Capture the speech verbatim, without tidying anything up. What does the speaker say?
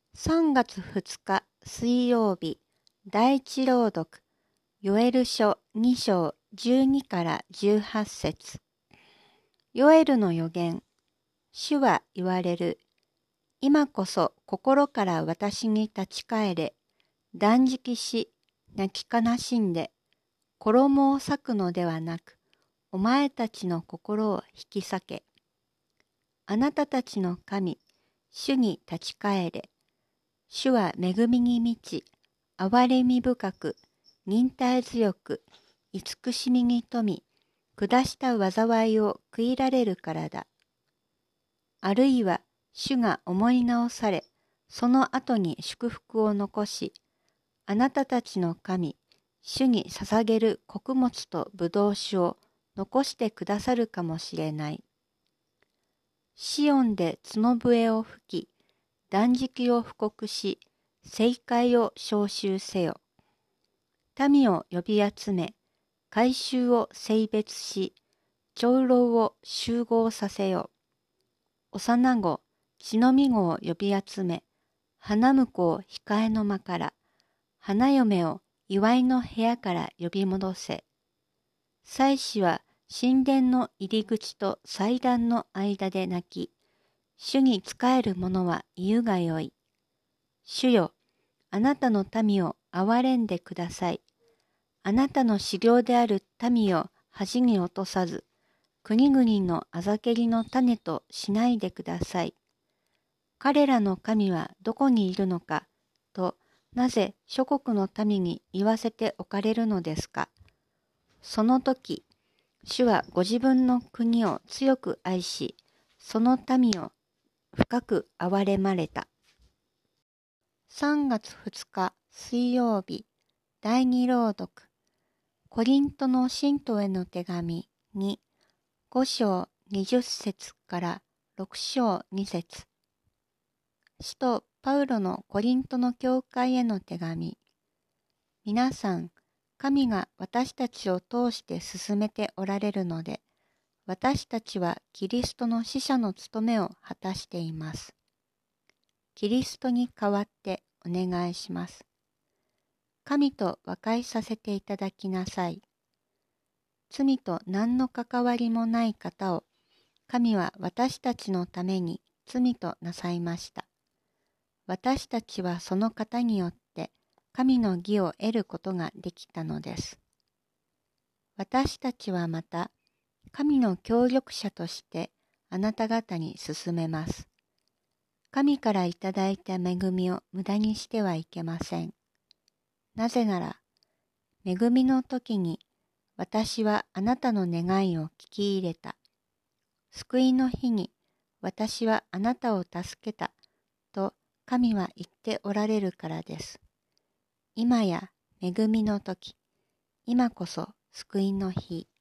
さんがつふつか水曜日、第一朗読、ヨエル書に章じゅうにからじゅうはち節。ヨエルの預言、主は言われる。今こそ心から私に立ち返れ、断食し、泣き悲しんで、衣を裂くのではなく、お前たちの心を引き裂け。あなたたちの神、主に立ち返れ。主は恵みに満ち、憐れみ深く、忍耐強く、慈しみに富み、下した災いを悔いられるからだ。あるいは主が思い直され、その後に祝福を残し、あなたたちの神、主に捧げる穀物と葡萄酒を残してくださるかもしれない。シオンで角笛を吹き、断食を布告し、聖会を召集せよ。民を呼び集め、改宗を性別し、長老を集合させよ。幼子、血のみ子を呼び集め、花婿を控えの間から、花嫁を祝いの部屋から呼び戻せ。祭司は神殿の入り口と祭壇の間で泣き、主に仕える者は言うがよい。主よ、あなたの民を憐れんでください。あなたの修行である民を恥に落とさず、国々のあざけりの種としないでください。彼らの神はどこにいるのか、となぜ諸国の民に言わせておかれるのですか。その時、主はご自分の国を強く愛し、その民を深く憐れまれた。さんがつふつか水曜日、第二朗読、コリントの信徒への手紙に、ご章にじゅっ節からろく章に節。使徒パウロのコリントの教会への手紙。皆さん、神が私たちを通して進めておられるので、私たちはキリストの使者の務めを果たしています。キリストに代わってお願いします。神と和解させていただきなさい。罪と何の関わりもない方を、神は私たちのために罪となさいました。私たちはその方によって神の義を得ることができたのです。私たちはまた、神の協力者としてあなた方に進めます。神からいただいた恵みを無駄にしてはいけません。なぜなら、恵みの時に私はあなたの願いを聞き入れた。救いの日に私はあなたを助けたと神は言っておられるからです。今や恵みの時、今こそ救いの日。